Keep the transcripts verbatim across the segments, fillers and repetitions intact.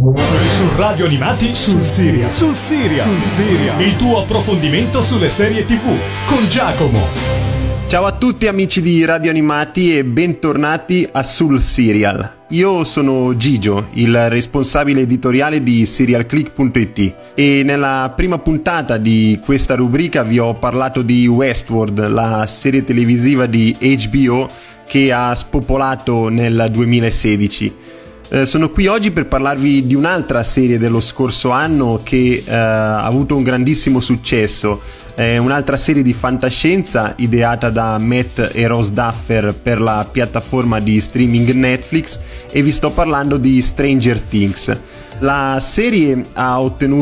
Su Radio Animati sul Siria. Sul Siria. Sul Siria. Il tuo approfondimento sulle serie tivù con Giacomo. Ciao a tutti amici di Radio Animati e bentornati a Sul Serial. Io sono Gigio, il responsabile editoriale di serial click punto it, e nella prima puntata di questa rubrica vi ho parlato di Westworld, la serie televisiva di H B O che ha spopolato nel duemilasedici. Eh, sono qui oggi per parlarvi di un'altra serie dello scorso anno che eh, ha avuto un grandissimo successo. È un'altra serie di fantascienza ideata da Matt e Rose Duffer per la piattaforma di streaming Netflix, e vi sto parlando di Stranger Things. La serie ha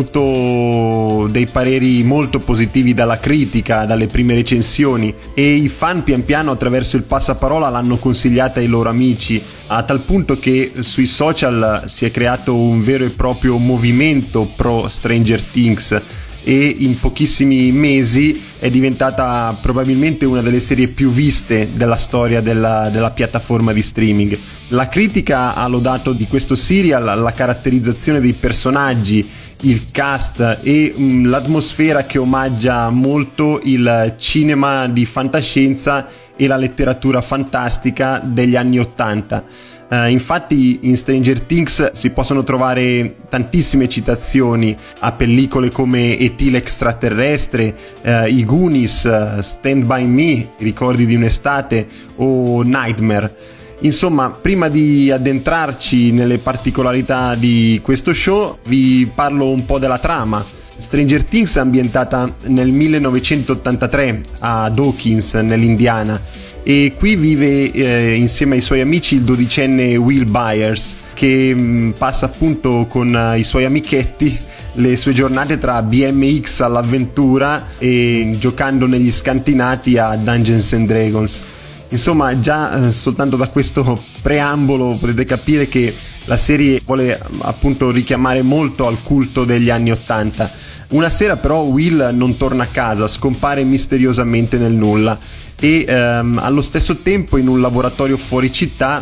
ottenuto dei pareri molto positivi dalla critica, dalle prime recensioni, e i fan pian piano attraverso il passaparola l'hanno consigliata ai loro amici, a tal punto che sui social si è creato un vero e proprio movimento pro Stranger Things, e in pochissimi mesi è diventata probabilmente una delle serie più viste della storia della, della piattaforma di streaming. La critica ha lodato di questo serial la caratterizzazione dei personaggi, il cast e mh, l'atmosfera che omaggia molto il cinema di fantascienza e la letteratura fantastica degli anni ottanta. Uh, infatti in Stranger Things si possono trovare tantissime citazioni a pellicole come E T l'extraterrestre, uh, I Goonies, uh, Stand By Me, Ricordi di un'estate o Nightmare. Insomma, prima di addentrarci nelle particolarità di questo show, vi parlo un po' della trama. Stranger Things è ambientata nel millenovecentottantatré a Dawkins, nell'Indiana, e qui vive eh, insieme ai suoi amici il dodicenne Will Byers, che mh, passa appunto con uh, i suoi amichetti le sue giornate tra B M X all'avventura e giocando negli scantinati a Dungeons and Dragons. Insomma, già eh, soltanto da questo preambolo potete capire che la serie vuole appunto richiamare molto al culto degli anni ottanta. Una sera però Will non torna a casa, scompare misteriosamente nel nulla, e ehm, allo stesso tempo in un laboratorio fuori città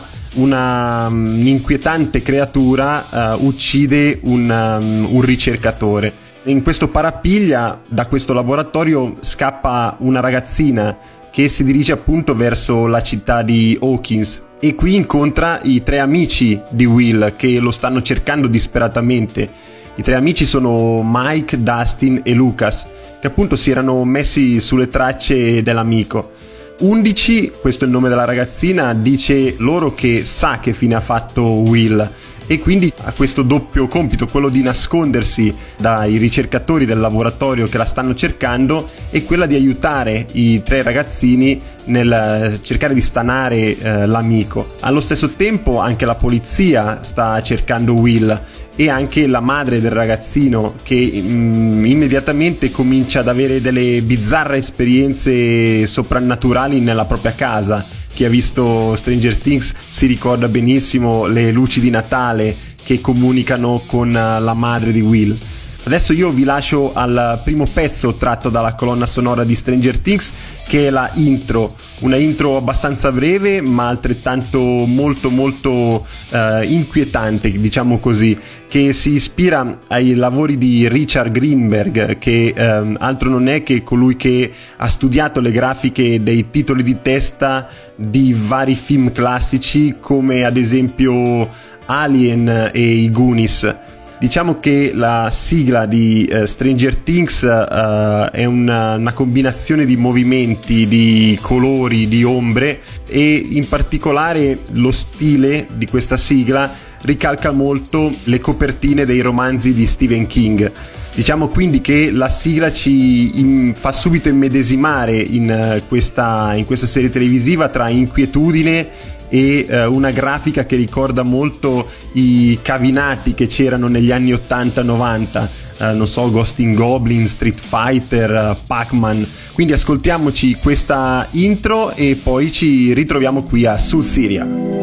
una um, inquietante creatura uh, uccide un, um, un ricercatore. In questo parapiglia da questo laboratorio scappa una ragazzina che si dirige appunto verso la città di Hawkins, e qui incontra i tre amici di Will che lo stanno cercando disperatamente. I tre amici sono Mike, Dustin e Lucas, che appunto si erano messi sulle tracce dell'amico. undici, questo è il nome della ragazzina, dice loro che sa che fine ha fatto Will, e quindi ha questo doppio compito, quello di nascondersi dai ricercatori del laboratorio che la stanno cercando, e quella di aiutare i tre ragazzini nel cercare di stanare eh, l'amico. Allo stesso tempo anche la polizia sta cercando Will, e anche la madre del ragazzino, che mm, immediatamente comincia ad avere delle bizzarre esperienze soprannaturali nella propria casa. Chi ha visto Stranger Things si ricorda benissimo le luci di Natale che comunicano con la madre di Will. Adesso io vi lascio al primo pezzo tratto dalla colonna sonora di Stranger Things, che è la intro, una intro abbastanza breve ma altrettanto molto molto eh, inquietante, diciamo così, che si ispira ai lavori di Richard Greenberg, che eh, altro non è che colui che ha studiato le grafiche dei titoli di testa di vari film classici come ad esempio Alien e i Goonies. Diciamo che la sigla di uh, Stranger Things uh, è una, una combinazione di movimenti, di colori, di ombre, e in particolare lo stile di questa sigla ricalca molto le copertine dei romanzi di Stephen King. Diciamo quindi che la sigla ci in, fa subito immedesimare in, uh, questa, in questa serie televisiva tra inquietudine e uh, una grafica che ricorda molto i cavinati che c'erano negli anni ottanta novanta, uh, non so, Ghost in Goblin, Street Fighter, uh, Pac-Man. Quindi ascoltiamoci questa intro e poi ci ritroviamo qui a Sul Serial.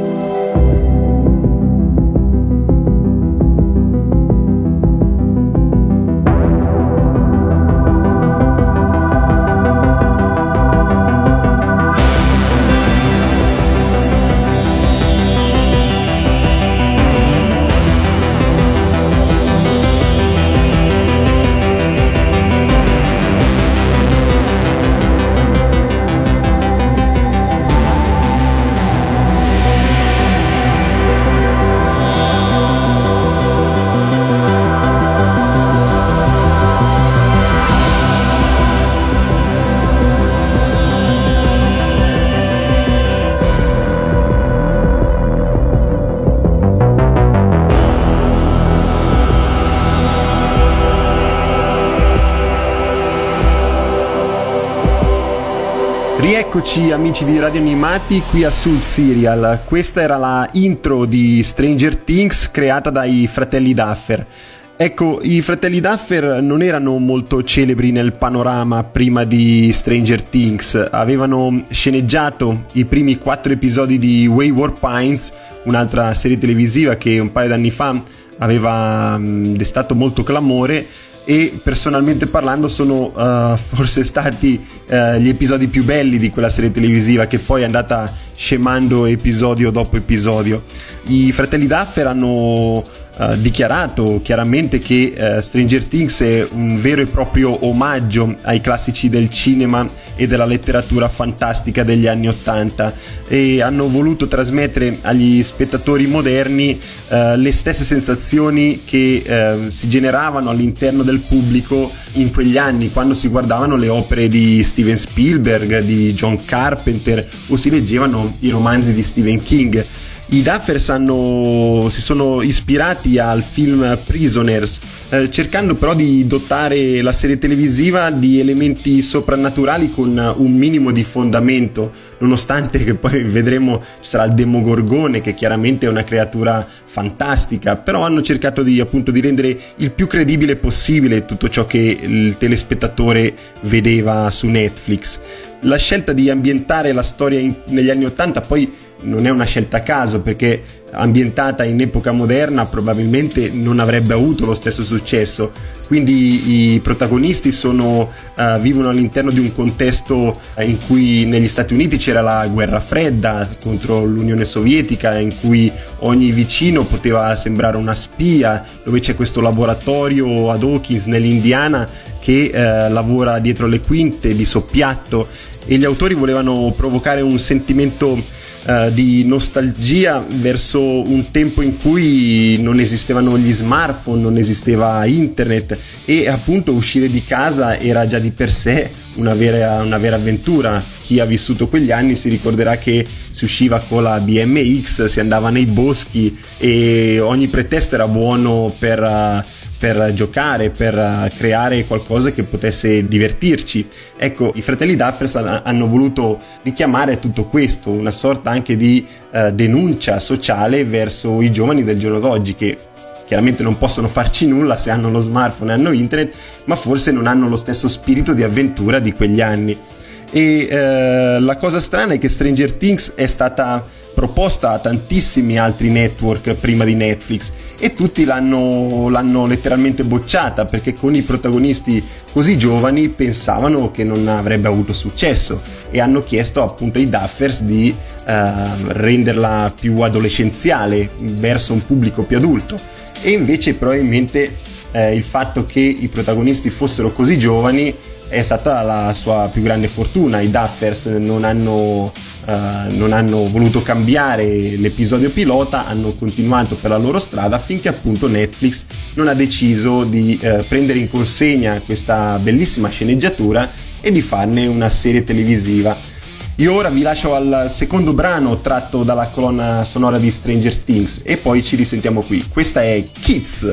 Rieccoci amici di Radio Animati qui a Sul Serial. Questa era la intro di Stranger Things creata dai fratelli Duffer. Ecco, i fratelli Duffer non erano molto celebri nel panorama prima di Stranger Things. Avevano sceneggiato i primi quattro episodi di Wayward Pines, un'altra serie televisiva che un paio d'anni fa aveva destato molto clamore, e personalmente parlando sono uh, forse stati uh, gli episodi più belli di quella serie televisiva, che poi è andata scemando episodio dopo episodio. I fratelli Duffer hanno Uh, dichiarato chiaramente che uh, Stranger Things è un vero e proprio omaggio ai classici del cinema e della letteratura fantastica degli anni ottanta, e hanno voluto trasmettere agli spettatori moderni uh, le stesse sensazioni che uh, si generavano all'interno del pubblico in quegli anni, quando si guardavano le opere di Steven Spielberg, di John Carpenter, o si leggevano i romanzi di Stephen King. I Duffers hanno, si sono ispirati al film Prisoners, eh, cercando però di dotare la serie televisiva di elementi soprannaturali con un minimo di fondamento, nonostante che poi vedremo ci sarà il Demogorgone, che chiaramente è una creatura fantastica, però hanno cercato di appunto di rendere il più credibile possibile tutto ciò che il telespettatore vedeva su Netflix. La scelta di ambientare la storia in, negli anni ottanta poi non è una scelta a caso, perché ambientata in epoca moderna probabilmente non avrebbe avuto lo stesso successo. Quindi i protagonisti sono, uh, vivono all'interno di un contesto uh, in cui negli Stati Uniti c'era la guerra fredda contro l'Unione Sovietica, in cui ogni vicino poteva sembrare una spia, dove c'è questo laboratorio ad Hawkins nell'Indiana che uh, lavora dietro le quinte di soppiatto, e gli autori volevano provocare un sentimento Uh, di nostalgia verso un tempo in cui non esistevano gli smartphone, non esisteva internet, e appunto uscire di casa era già di per sé una vera, una vera avventura. Chi ha vissuto quegli anni si ricorderà che si usciva con la B M X, si andava nei boschi e ogni pretesto era buono per uh, per giocare, per creare qualcosa che potesse divertirci. Ecco, i fratelli Duffers hanno voluto richiamare tutto questo, una sorta anche di eh, denuncia sociale verso i giovani del giorno d'oggi, che chiaramente non possono farci nulla se hanno lo smartphone e hanno internet, ma forse non hanno lo stesso spirito di avventura di quegli anni. E eh, la cosa strana è che Stranger Things è stata proposta a tantissimi altri network prima di Netflix, e tutti l'hanno, l'hanno letteralmente bocciata, perché con i protagonisti così giovani pensavano che non avrebbe avuto successo, e hanno chiesto appunto ai Duffers di eh, renderla più adolescenziale, verso un pubblico più adulto. E invece probabilmente eh, il fatto che i protagonisti fossero così giovani è stata la sua più grande fortuna. I Duffers non hanno, uh, non hanno voluto cambiare l'episodio pilota, hanno continuato per la loro strada finché appunto Netflix non ha deciso di uh, prendere in consegna questa bellissima sceneggiatura e di farne una serie televisiva. Io ora vi lascio al secondo brano tratto dalla colonna sonora di Stranger Things e poi ci risentiamo qui. Questa è Kids.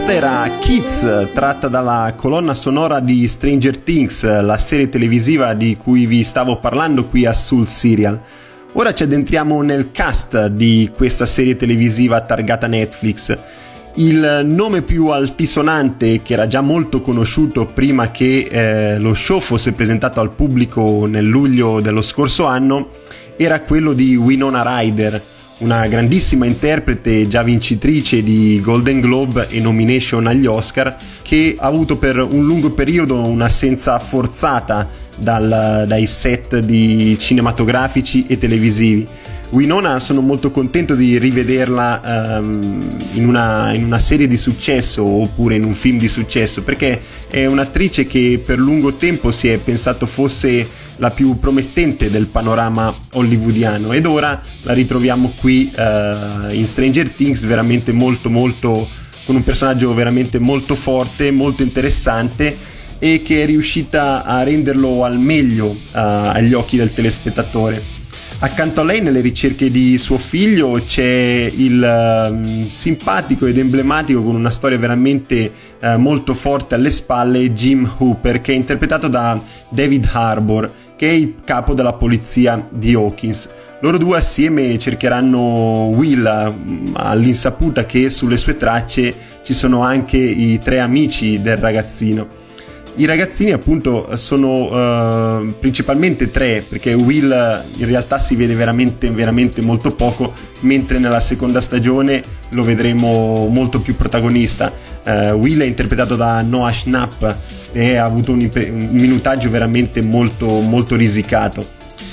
Questa era Kids, tratta dalla colonna sonora di Stranger Things, la serie televisiva di cui vi stavo parlando qui a Soul Serial. Ora ci addentriamo nel cast di questa serie televisiva targata Netflix. Il nome più altisonante, che era già molto conosciuto prima che eh, lo show fosse presentato al pubblico nel luglio dello scorso anno, era quello di Winona Ryder, una grandissima interprete già vincitrice di Golden Globe e nomination agli Oscar, che ha avuto per un lungo periodo un'assenza forzata dal, dai set di cinematografici e televisivi. Winona, sono molto contento di rivederla um, in, una, in una serie di successo oppure in un film di successo, perché è un'attrice che per lungo tempo si è pensato fosse la più promettente del panorama hollywoodiano, ed ora la ritroviamo qui uh, in Stranger Things, veramente molto molto con un personaggio veramente molto forte, molto interessante, e che è riuscita a renderlo al meglio uh, agli occhi del telespettatore. Accanto a lei, nelle ricerche di suo figlio, c'è il um, simpatico ed emblematico, con una storia veramente uh, molto forte alle spalle, Jim Hooper, che è interpretato da David Harbour, che è il capo della polizia di Hawkins. Loro due assieme cercheranno Will, all'insaputa che sulle sue tracce ci sono anche i tre amici del ragazzino. I ragazzini appunto sono uh, principalmente tre, perché Will in realtà si vede veramente veramente molto poco, mentre nella seconda stagione lo vedremo molto più protagonista. uh, Will è interpretato da Noah Schnapp e ha avuto un, un minutaggio veramente molto molto risicato.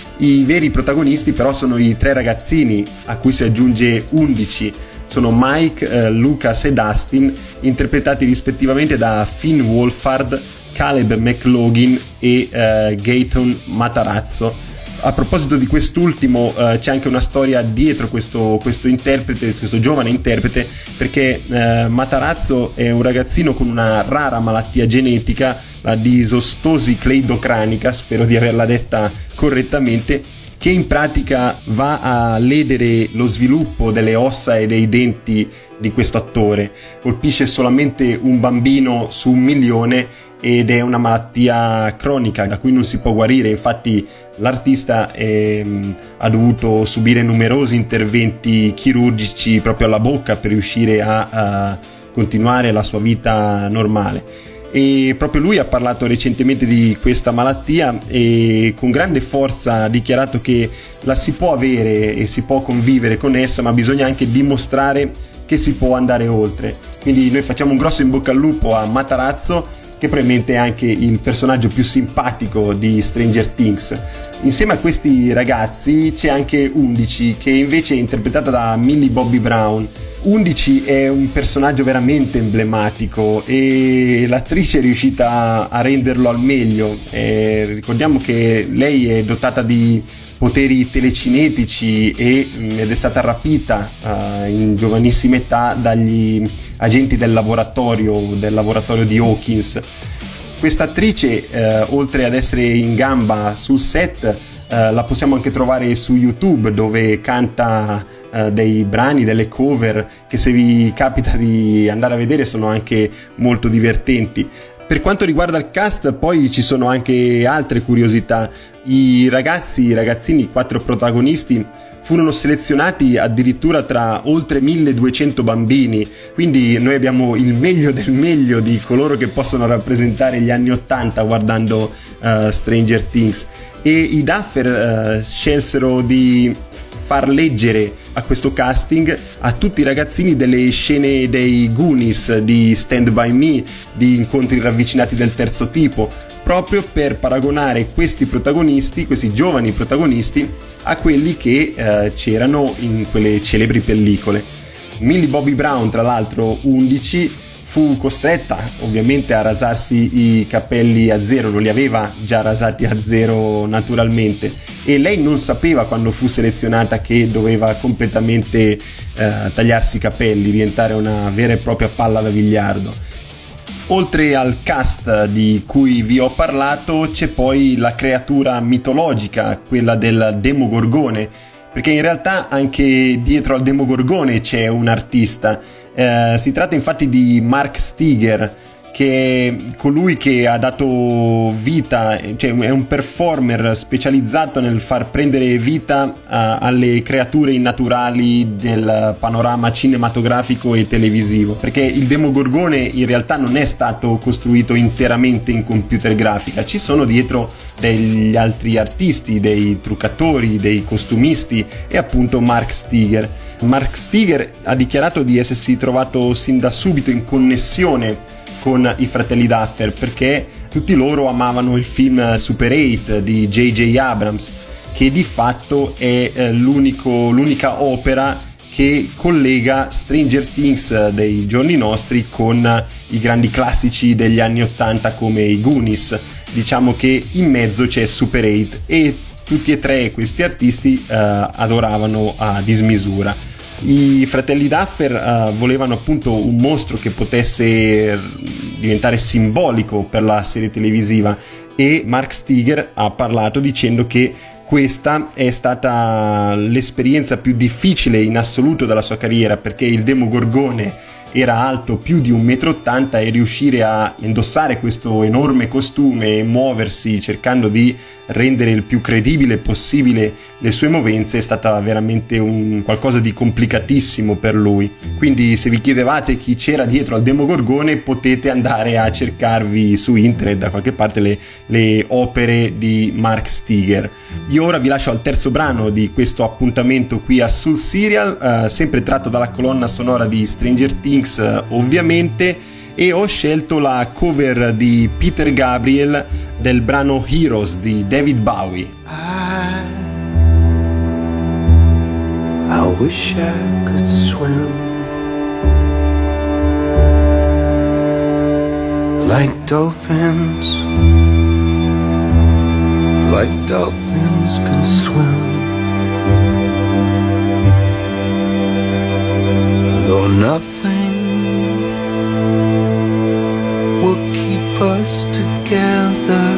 I veri protagonisti però sono i tre ragazzini, a cui si aggiunge undici. Sono Mike, uh, Lucas e Dustin, interpretati rispettivamente da Finn Wolfhard, Caleb McLaughlin e uh, Gaeton Matarazzo. A proposito di quest'ultimo, uh, c'è anche una storia dietro questo, questo interprete, questo giovane interprete, perché uh, Matarazzo è un ragazzino con una rara malattia genetica, la disostosi cleidocranica, spero di averla detta correttamente, che in pratica va a ledere lo sviluppo delle ossa e dei denti di questo attore. Colpisce solamente un bambino su un milione ed è una malattia cronica da cui non si può guarire. Infatti l'artista è, ha dovuto subire numerosi interventi chirurgici proprio alla bocca per riuscire a, a continuare la sua vita normale. E proprio lui ha parlato recentemente di questa malattia e con grande forza ha dichiarato che la si può avere e si può convivere con essa, ma bisogna anche dimostrare che si può andare oltre. Quindi noi facciamo un grosso in bocca al lupo a Matarazzo, che probabilmente è anche il personaggio più simpatico di Stranger Things. Insieme a questi ragazzi c'è anche undici, che invece è interpretata da Millie Bobby Brown. undici è un personaggio veramente emblematico e l'attrice è riuscita a renderlo al meglio. Eh, ricordiamo che lei è dotata di poteri telecinetici e, ed è stata rapita uh, in giovanissima età dagli agenti del laboratorio del laboratorio di Hawkins. Questa attrice, uh, oltre ad essere in gamba sul set, uh, la possiamo anche trovare su YouTube, dove canta uh, dei brani, delle cover che, se vi capita di andare a vedere, sono anche molto divertenti. Per quanto riguarda il cast, poi ci sono anche altre curiosità. I ragazzi, i ragazzini, i quattro protagonisti, furono selezionati addirittura tra oltre milleduecento bambini, quindi noi abbiamo il meglio del meglio di coloro che possono rappresentare gli anni ottanta guardando uh, Stranger Things. E i Duffer uh, scelsero di far leggere a questo casting a tutti i ragazzini delle scene dei Goonies, di Stand By Me, di Incontri ravvicinati del terzo tipo, proprio per paragonare questi protagonisti, questi giovani protagonisti, a quelli che eh, c'erano in quelle celebri pellicole. Millie Bobby Brown, tra l'altro undici, fu costretta ovviamente a rasarsi i capelli a zero, non li aveva già rasati a zero naturalmente, e lei non sapeva quando fu selezionata che doveva completamente eh, tagliarsi i capelli, diventare una vera e propria palla da biliardo. Oltre al cast di cui vi ho parlato, c'è poi la creatura mitologica, quella del Demogorgone, perché in realtà anche dietro al Demogorgone c'è un artista. Eh, si tratta infatti di Mark Steger, che è colui che ha dato vita, cioè è un performer specializzato nel far prendere vita uh, alle creature innaturali del panorama cinematografico e televisivo, perché il Demogorgone in realtà non è stato costruito interamente in computer grafica, ci sono dietro degli altri artisti, dei truccatori, dei costumisti e appunto Mark Steger. Mark Steger ha dichiarato di essersi trovato sin da subito in connessione con i fratelli Duffer, perché tutti loro amavano il film Super otto di J J Abrams, che di fatto è eh, l'unico, l'unica opera che collega Stranger Things dei giorni nostri con i grandi classici degli anni ottanta come i Goonies. Diciamo che in mezzo c'è Super otto e tutti e tre questi artisti eh, adoravano a dismisura. I fratelli Duffer uh, volevano appunto un mostro che potesse diventare simbolico per la serie televisiva, e Mark Steger ha parlato dicendo che questa è stata l'esperienza più difficile in assoluto della sua carriera, perché il Demogorgone era alto più di un metro e ottanta e riuscire a indossare questo enorme costume e muoversi cercando di rendere il più credibile possibile le sue movenze è stata veramente un qualcosa di complicatissimo per lui. Quindi se vi chiedevate chi c'era dietro al Demogorgone, potete andare a cercarvi su internet da qualche parte le, le opere di Mark Steger. Io ora vi lascio al terzo brano di questo appuntamento qui a Soul Serial, eh, sempre tratto dalla colonna sonora di Stranger Things eh, ovviamente, e ho scelto la cover di Peter Gabriel del brano Heroes di David Bowie. I, I wish I could swim like dolphins, like dolphins can swim, though nothing will keep us together.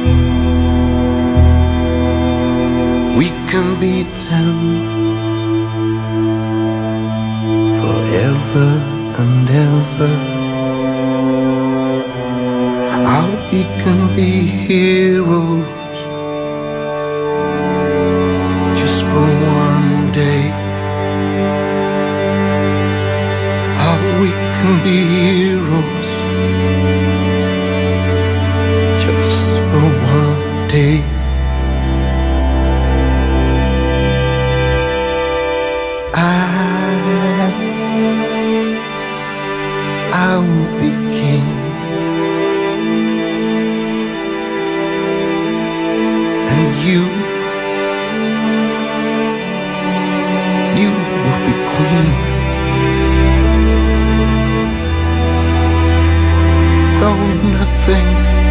We can beat them forever and ever. How we can be heroes just for one day. How we can be heroes just for one day. I, I will be king, and you, you will be queen. Though nothing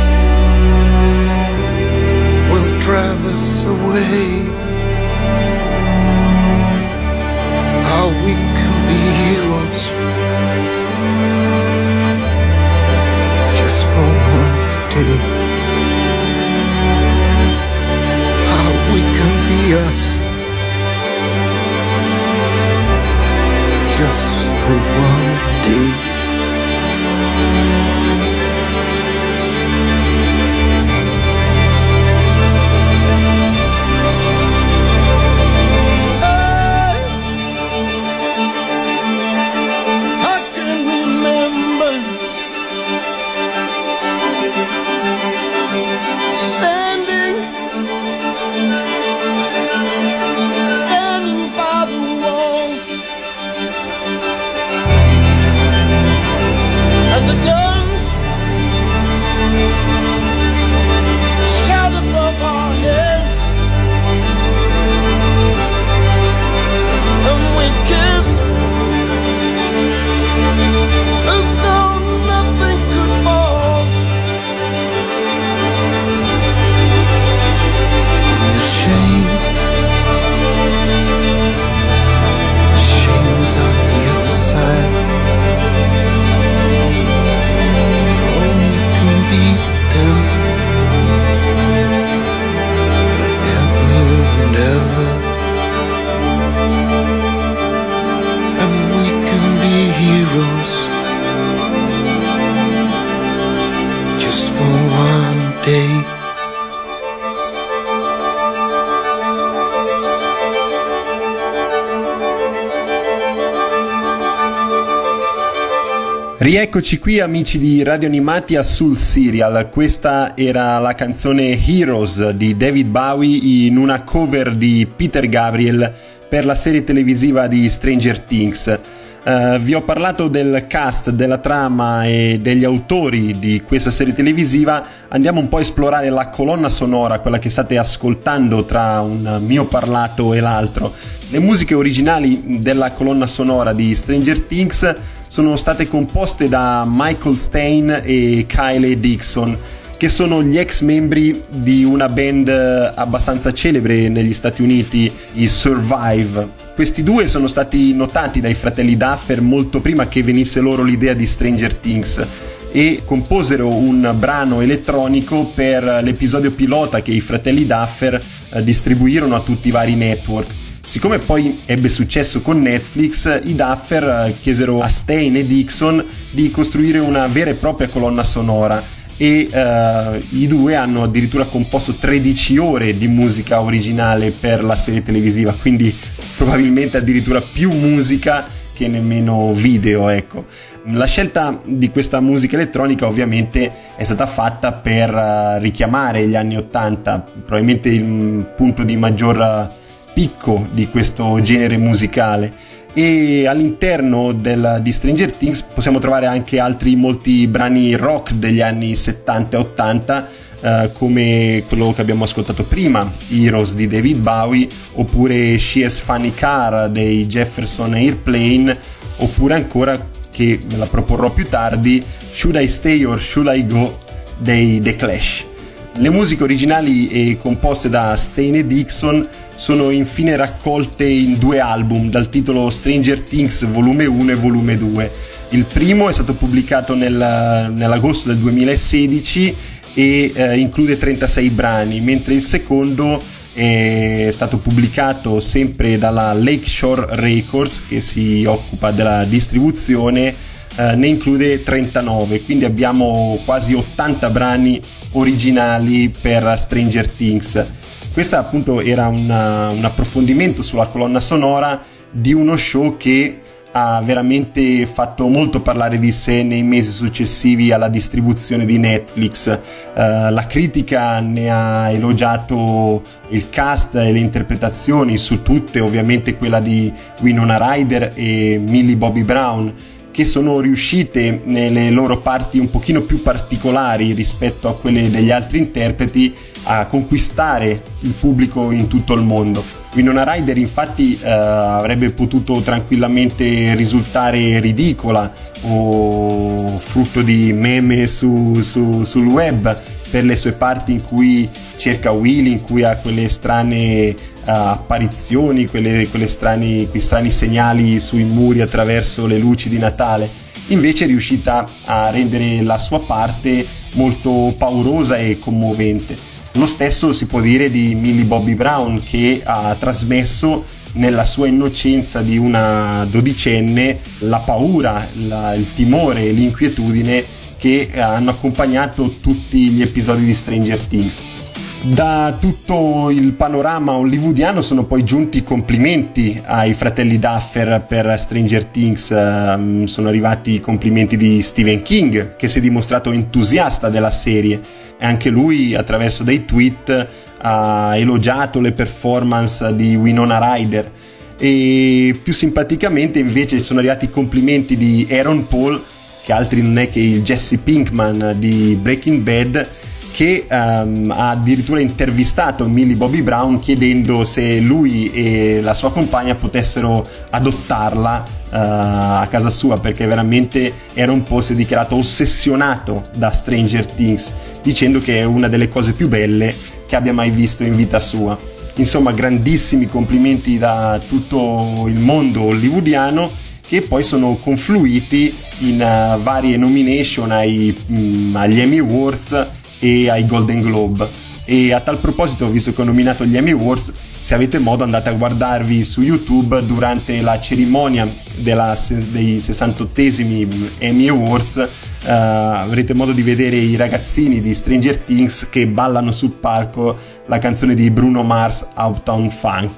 will drive us away, how we can be heroes just for one day. How we can be us just for one day. Rieccoci qui amici di Radio Animati a Soul Serial. Questa era la canzone Heroes di David Bowie in una cover di Peter Gabriel per la serie televisiva di Stranger Things. Uh, vi ho parlato del cast, della trama e degli autori di questa serie televisiva. Andiamo un po' a esplorare la colonna sonora, quella che state ascoltando tra un mio parlato e l'altro. Le musiche originali della colonna sonora di Stranger Things sono state composte da Michael Stein e Kyle Dixon, che sono gli ex membri di una band abbastanza celebre negli Stati Uniti, i Survive. Questi due sono stati notati dai fratelli Duffer molto prima che venisse loro l'idea di Stranger Things e composero un brano elettronico per l'episodio pilota che i fratelli Duffer eh, distribuirono a tutti i vari network. Siccome poi ebbe successo con Netflix, i Duffer chiesero a Stein e Dixon di costruire una vera e propria colonna sonora e uh, i due hanno addirittura composto tredici ore di musica originale per la serie televisiva, quindi probabilmente addirittura più musica che nemmeno video, ecco. La scelta di questa musica elettronica ovviamente è stata fatta per uh, richiamare gli anni ottanta, probabilmente il punto di maggior uh, picco di questo genere musicale, e all'interno del, di Stranger Things possiamo trovare anche altri molti brani rock degli anni settanta e ottanta, eh, come quello che abbiamo ascoltato prima, Heroes di David Bowie, oppure She Has Funny Car dei Jefferson Airplane, oppure ancora, che ve la proporrò più tardi, Should I Stay or Should I Go dei The Clash. Le musiche originali e composte da Stein e Dixon sono infine raccolte in due album dal titolo Stranger Things volume uno e volume due. Il primo è stato pubblicato nel, nell'agosto del duemilasedici e eh, include trentasei brani, mentre il secondo è stato pubblicato sempre dalla Lakeshore Records, che si occupa della distribuzione, eh, ne include trentanove, quindi abbiamo quasi ottanta brani originali per Stranger Things. Questa appunto era una, un approfondimento sulla colonna sonora di uno show che ha veramente fatto molto parlare di sé nei mesi successivi alla distribuzione di Netflix. Uh, la critica ne ha elogiato il cast e le interpretazioni, su tutte ovviamente quella di Winona Ryder e Millie Bobby Brown, che sono riuscite nelle loro parti un pochino più particolari rispetto a quelle degli altri interpreti a conquistare il pubblico in tutto il mondo. Winona Ryder infatti eh, avrebbe potuto tranquillamente risultare ridicola o frutto di meme su, su, sul web per le sue parti in cui cerca Willy, in cui ha quelle strane Uh, apparizioni, quelle, quelle strani, quei strani segnali sui muri attraverso le luci di Natale. Invece è riuscita a rendere la sua parte molto paurosa e commovente. Lo stesso si può dire di Millie Bobby Brown, che ha trasmesso nella sua innocenza di una dodicenne la paura, la, il timore e l'inquietudine che hanno accompagnato tutti gli episodi di Stranger Things. Da tutto il panorama hollywoodiano sono poi giunti complimenti ai fratelli Duffer per Stranger Things. Um, sono arrivati i complimenti di Stephen King, che si è dimostrato entusiasta della serie, e anche lui attraverso dei tweet ha elogiato le performance di Winona Ryder. E più simpaticamente invece sono arrivati i complimenti di Aaron Paul, che altri non è che il Jesse Pinkman di Breaking Bad, che um, ha addirittura intervistato Millie Bobby Brown chiedendo se lui e la sua compagna potessero adottarla uh, a casa sua, perché veramente era un po' si è dichiarato ossessionato da Stranger Things, dicendo che è una delle cose più belle che abbia mai visto in vita sua. Insomma, grandissimi complimenti da tutto il mondo hollywoodiano, che poi sono confluiti in uh, varie nomination ai, mh, agli Emmy Awards e ai Golden Globe. E a tal proposito, visto che ho nominato gli Emmy Awards, se avete modo andate a guardarvi su YouTube durante la cerimonia della, dei sessantottesimi Emmy Awards, uh, avrete modo di vedere i ragazzini di Stranger Things che ballano sul palco la canzone di Bruno Mars, Uptown Funk.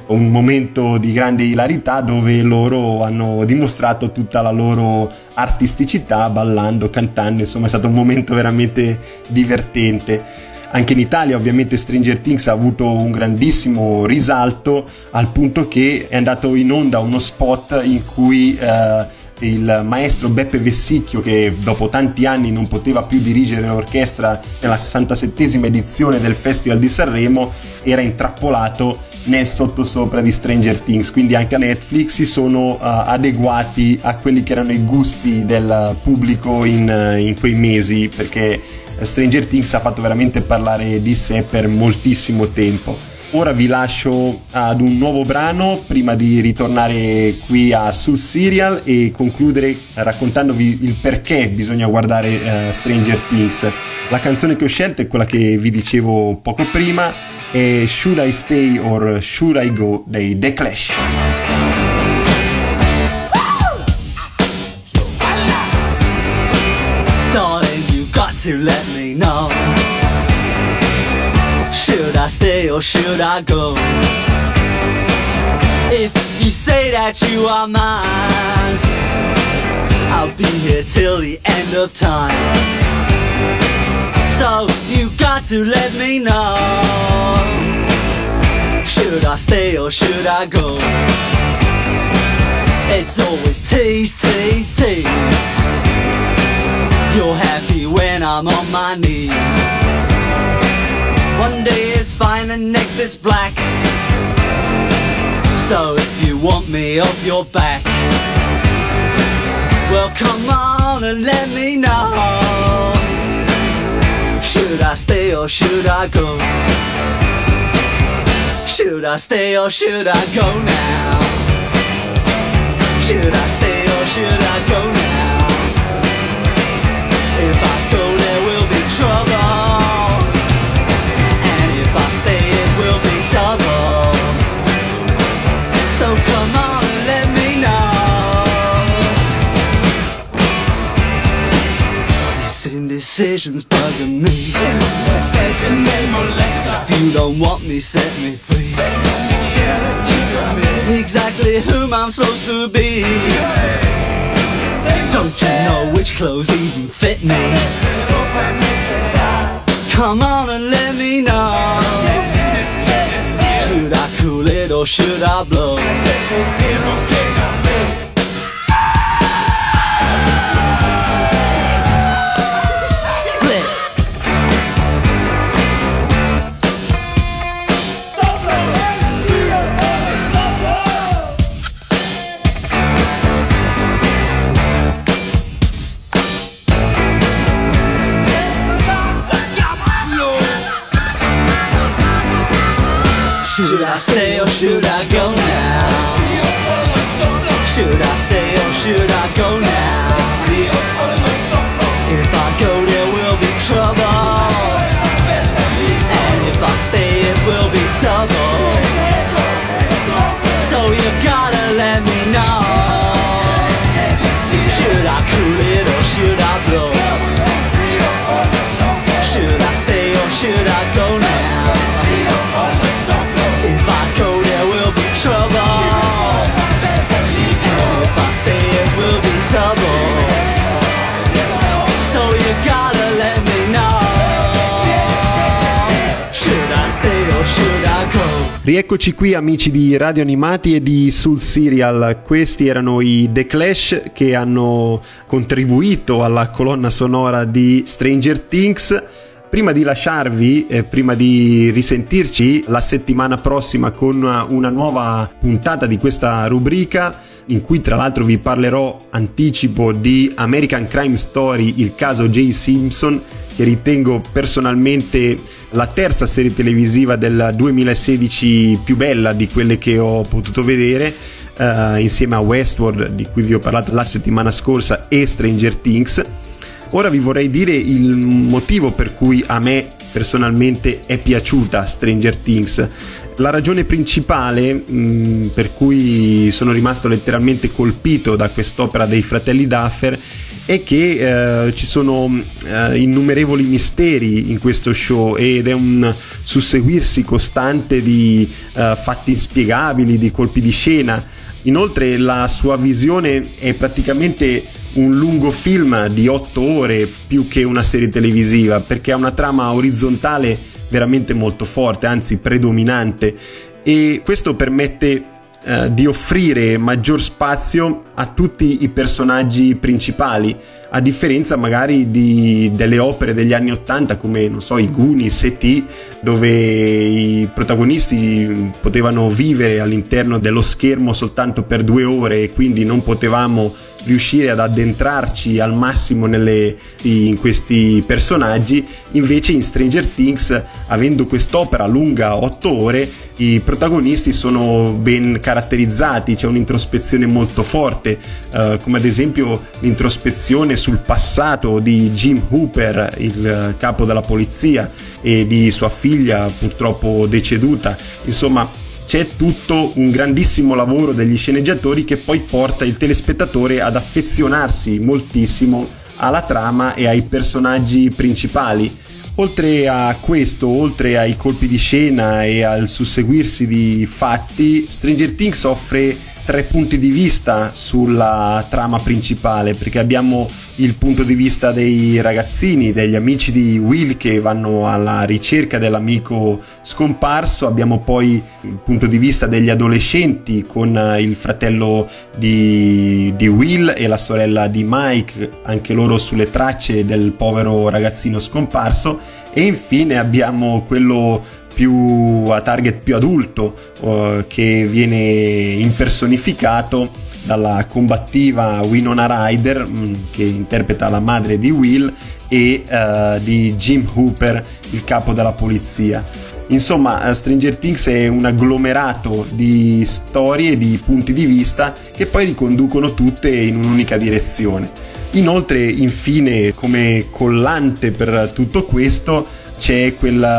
un momento di grande ilarità dove loro hanno dimostrato tutta la loro artisticità ballando, cantando, insomma è stato un momento veramente divertente. Anche in Italia ovviamente Stranger Things ha avuto un grandissimo risalto, al punto che è andato in onda uno spot in cui eh, il maestro Beppe Vessicchio, che dopo tanti anni non poteva più dirigere l'orchestra nella sessantasettesima edizione del Festival di Sanremo, era intrappolato nel sottosopra di Stranger Things. Quindi anche a Netflix si sono uh, adeguati a quelli che erano i gusti del pubblico in, uh, in quei mesi, perché Stranger Things ha fatto veramente parlare di sé per moltissimo tempo. Ora vi lascio ad un nuovo brano prima di ritornare qui a Sul Serial e concludere raccontandovi il perché bisogna guardare uh, Stranger Things. La canzone che ho scelto è quella che vi dicevo poco prima, è Should I Stay or Should I Go dei The Clash. To let me know, should I stay or should I go? If you say that you are mine, I'll be here till the end of time. So you got to let me know, should I stay or should I go? It's always tease, tease, tease. You're happy when I'm on my knees. One day it's fine and next it's black. So if you want me off your back, well come on and let me know, should I stay or should I go? Should I stay or should I go now? Should I stay or should I go now? If I go there will be trouble, and if I stay it will be double. So come on and let me know. This indecision's bugging me. Indecision may molest her. If you don't want me, set me free. Set me careless, exactly whom I'm supposed to be. Don't you know which clothes even fit me? Come on and let me know, should I cool it or should I blow? Should I stay or should I go now? Should I stay or should I go now? If I go there will be trouble, and if I stay it will be double. So you gotta let me know, should I cool it or should I blow? Should I stay or should I go now? If I go there will be trouble, and if I stay it will be double. So you gotta let me know, should I stay or should I go? Rieccoci qui amici di Radio Animati e di Sul Serial. Questi erano i The Clash che hanno contribuito alla colonna sonora di Stranger Things. Prima di lasciarvi, eh, prima di risentirci la settimana prossima con una, una nuova puntata di questa rubrica, in cui tra l'altro vi parlerò, anticipo, di American Crime Story, il caso J. Simpson, che ritengo personalmente la terza serie televisiva del duemilasedici più bella di quelle che ho potuto vedere, eh, insieme a Westworld, di cui vi ho parlato la settimana scorsa, e Stranger Things. Ora vi vorrei dire il motivo per cui a me personalmente è piaciuta Stranger Things. La ragione principale mh, per cui sono rimasto letteralmente colpito da quest'opera dei fratelli Duffer è che eh, ci sono eh, innumerevoli misteri in questo show ed è un susseguirsi costante di eh, fatti inspiegabili, di colpi di scena. Inoltre la sua visione è praticamente un lungo film di otto ore più che una serie televisiva, perché ha una trama orizzontale veramente molto forte, anzi predominante, e questo permette eh, di offrire maggior spazio a tutti i personaggi principali, a differenza magari di, delle opere degli anni ottanta come, non so, i Goonies e T, dove i protagonisti potevano vivere all'interno dello schermo soltanto per due ore e quindi non potevamo riuscire ad addentrarci al massimo nelle, in questi personaggi. Invece in Stranger Things, avendo quest'opera lunga otto ore, i protagonisti sono ben caratterizzati, c'è un'introspezione molto forte, eh, come ad esempio l'introspezione sul passato di Jim Hooper, il capo della polizia, e di sua figlia purtroppo deceduta. Insomma, c'è tutto un grandissimo lavoro degli sceneggiatori che poi porta il telespettatore ad affezionarsi moltissimo alla trama e ai personaggi principali. Oltre a questo, oltre ai colpi di scena e al susseguirsi di fatti, Stranger Things offre tre punti di vista sulla trama principale, perché abbiamo il punto di vista dei ragazzini, degli amici di Will che vanno alla ricerca dell'amico scomparso, abbiamo poi il punto di vista degli adolescenti con il fratello di, di Will e la sorella di Mike, anche loro sulle tracce del povero ragazzino scomparso, e infine abbiamo quello più a target più adulto, uh, che viene impersonificato dalla combattiva Winona Ryder, mh, che interpreta la madre di Will, e uh, di Jim Hooper, il capo della polizia. Insomma, Stranger Things è un agglomerato di storie, di punti di vista che poi riconducono tutte in un'unica direzione. Inoltre, infine, come collante per tutto questo, c'è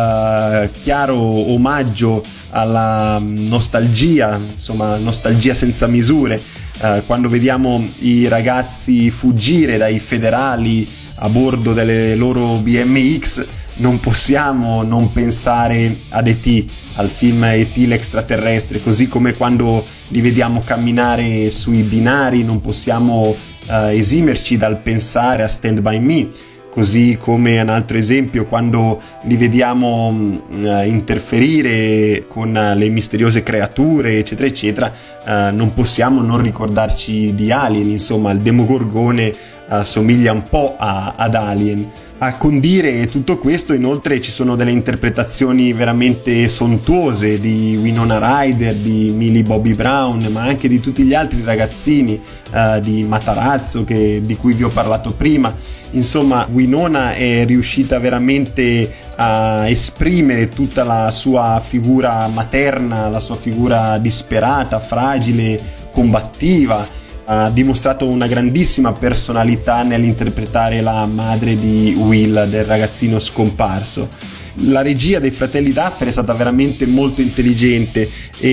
quel chiaro omaggio alla nostalgia, insomma nostalgia senza misure, eh, quando vediamo i ragazzi fuggire dai federali a bordo delle loro B M X, non possiamo non pensare ad E T, al film E T l'extraterrestre, così come quando li vediamo camminare sui binari non possiamo eh, esimerci dal pensare a Stand By Me. Così come un altro esempio, quando li vediamo uh, interferire con uh, le misteriose creature, eccetera, eccetera, uh, non possiamo non ricordarci di Alien. Insomma, il Demogorgone uh, somiglia un po' a, ad Alien. A condire tutto questo, inoltre, ci sono delle interpretazioni veramente sontuose di Winona Ryder, di Millie Bobby Brown, ma anche di tutti gli altri ragazzini, uh, di Matarazzo, che, di cui vi ho parlato prima. Insomma, Winona è riuscita veramente a esprimere tutta la sua figura materna, la sua figura disperata, fragile, combattiva. Ha dimostrato una grandissima personalità nell'interpretare la madre di Will, del ragazzino scomparso. La regia dei fratelli Duffer è stata veramente molto intelligente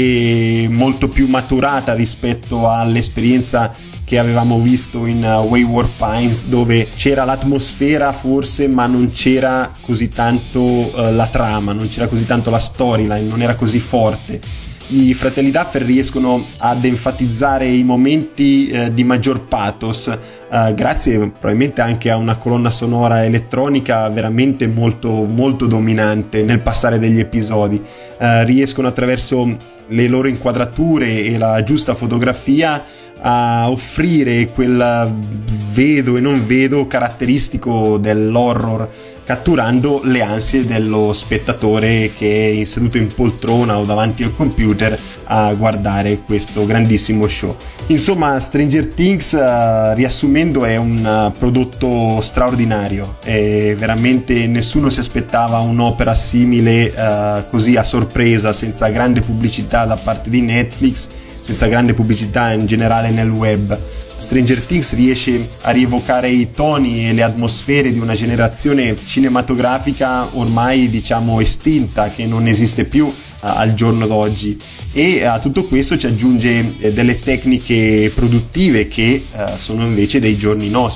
e molto più maturata rispetto all'esperienza che avevamo visto in Wayward Pines, dove c'era l'atmosfera forse, ma non c'era così tanto uh, la trama, non c'era così tanto la storyline, non era così forte. I fratelli Duffer riescono ad enfatizzare i momenti eh, di maggior pathos, eh, grazie probabilmente anche a una colonna sonora elettronica veramente molto molto dominante nel passare degli episodi. Eh, riescono attraverso le loro inquadrature e la giusta fotografia a offrire quel vedo e non vedo caratteristico dell'horror, catturando le ansie dello spettatore che è seduto in poltrona o davanti al computer a guardare questo grandissimo show. Insomma, Stranger Things, uh, riassumendo, è un uh, prodotto straordinario e veramente nessuno si aspettava un'opera simile uh, così a sorpresa, senza grande pubblicità da parte di Netflix, senza grande pubblicità in generale nel web. Stranger Things riesce a rievocare i toni e le atmosfere di una generazione cinematografica ormai, diciamo, estinta, che non esiste più uh, al giorno d'oggi, e a tutto questo ci aggiunge eh, delle tecniche produttive che uh, sono invece dei giorni nostri.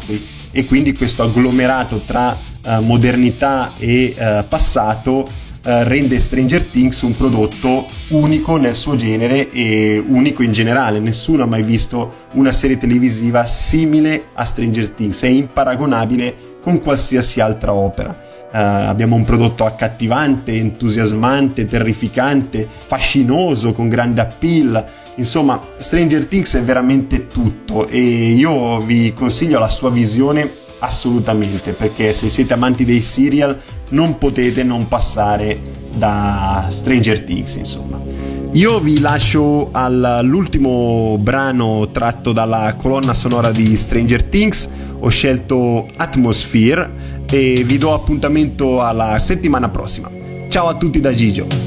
e quindi questo agglomerato tra uh, modernità e uh, passato uh, rende Stranger Things un prodotto unico nel suo genere e unico in generale. Nessuno ha mai visto una serie televisiva simile a Stranger Things, è imparagonabile con qualsiasi altra opera. Uh, abbiamo un prodotto accattivante, entusiasmante, terrificante, fascinoso, con grande appeal. Insomma, Stranger Things è veramente tutto e io vi consiglio la sua visione assolutamente, perché se siete amanti dei serial non potete non passare da Stranger Things, insomma. Io vi lascio all'ultimo brano tratto dalla colonna sonora di Stranger Things. Ho scelto Atmosphere e vi do appuntamento alla settimana prossima. Ciao a tutti da Gigio.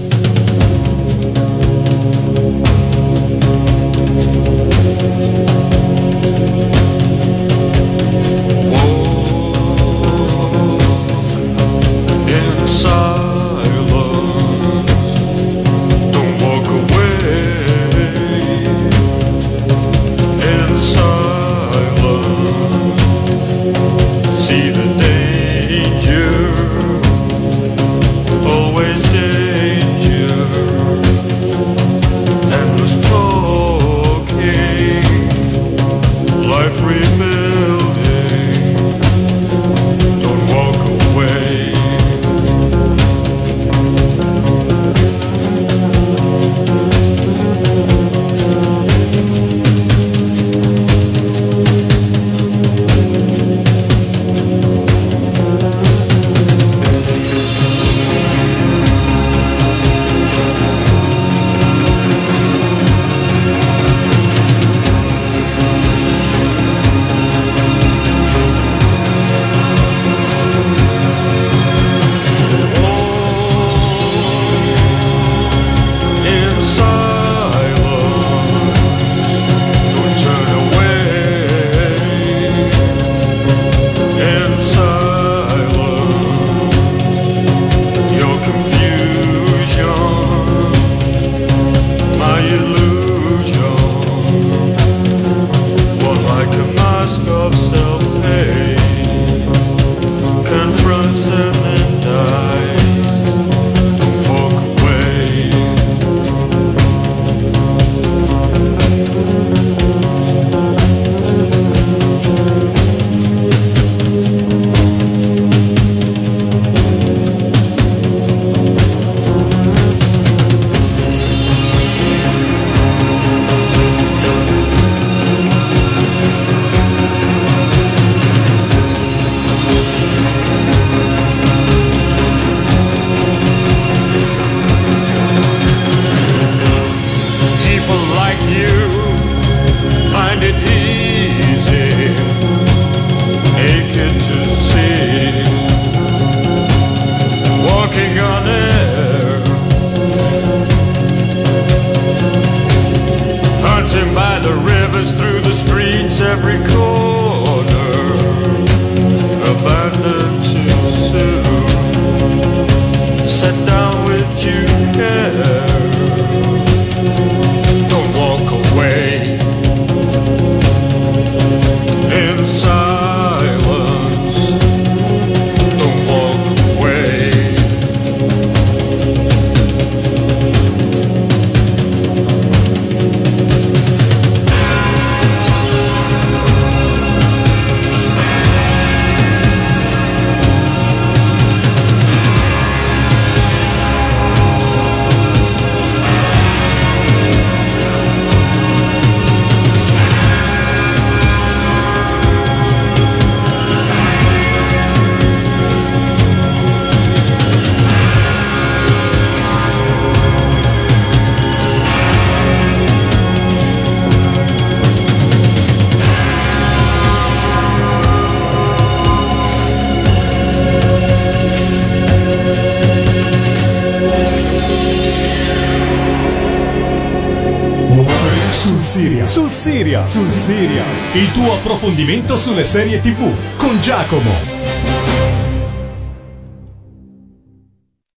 Sul Serial, sul Serial, il tuo approfondimento sulle serie tivù con Giacomo.